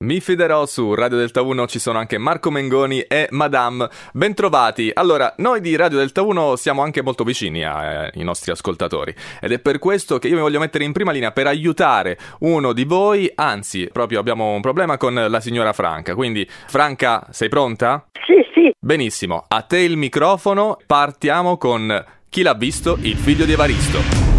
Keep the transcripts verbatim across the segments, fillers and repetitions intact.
Mi fiderò. Su Radio Delta uno ci sono anche Marco Mengoni e Madame. Bentrovati. Allora, noi di Radio Delta uno siamo anche molto vicini ai nostri ascoltatori ed è per questo che io mi voglio mettere in prima linea per aiutare uno di voi. Anzi, proprio abbiamo un problema con la signora Franca. Quindi, Franca, sei pronta? Sì, sì. Benissimo, a te il microfono. Partiamo con Chi l'ha visto? Il figlio di Evaristo.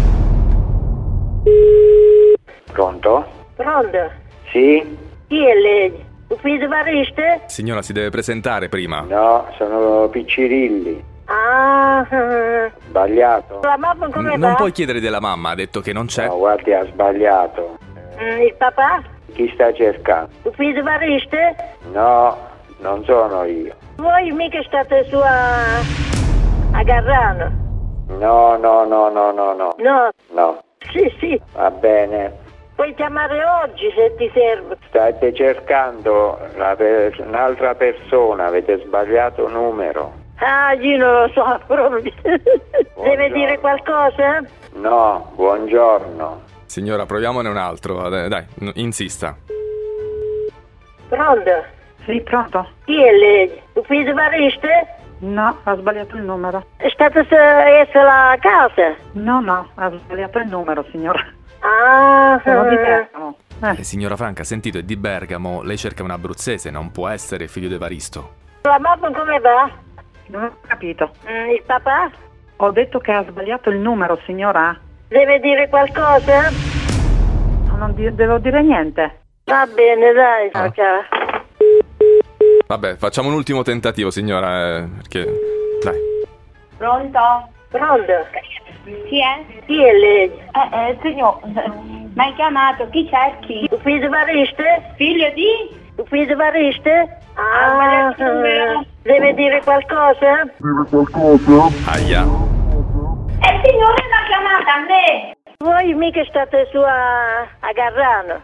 Pronto? Pronto? Sì? Chi è lei? Il figlio di Evaristo? Signora, si deve presentare prima. No, sono Piccirilli. Ah, ah. Sbagliato. La mamma come Non va? puoi chiedere della mamma, ha detto che non c'è. No, guardi, ha sbagliato. Mm, il papà? Chi sta cercando? Il figlio di Evaristo? No, non sono io. Voi mica state su a... a Garrano? No, no, no, no, no, no. No? No, Sì, sì. va bene. Puoi chiamare oggi se ti serve. State cercando la per- un'altra persona, avete sbagliato numero. Ah, io non lo so proprio. Deve dire qualcosa? No, buongiorno. Signora, proviamone un altro. Dai, dai, n- insista. Pronto? Sì, pronto? Chi è lei? Il figlio di Evaristo? No, ha sbagliato il numero. È stata se- essere a casa? No, no, ha sbagliato il numero, signora. Ah, Sono di ah. Bergamo. Eh, Eh, signora Franca, ha sentito, è di Bergamo. Lei cerca un abruzzese, non può essere figlio di Evaristo. La mamma come va? non ho capito. Mm, il papà? Ho detto che ha sbagliato il numero, signora. Deve dire qualcosa? Non di- devo dire niente. Va bene, dai. Ah. Ciao. Vabbè, facciamo un ultimo tentativo, signora, eh, perché... Dai. Pronto? Pronto? Chi è? Chi è lei? Eh, eh, signor, mi hai chiamato, chi cerchi? Il figlio di Evaristo? Figlio di? Il figlio di Evaristo? Ah, Ah, sbagliato il numero. ah. Deve dire qualcosa? Aia. Eh, signore, l'ha chiamata a me! Voi mica state su a, a Garrano?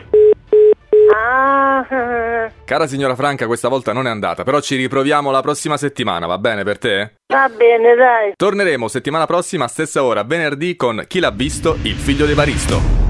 Ah, ah. Cara signora Franca, questa volta non è andata, però ci riproviamo la prossima settimana, va bene per te? Va bene, dai. Torneremo settimana prossima, stessa ora, venerdì, con Chi l'ha visto? Il figlio di Evaristo.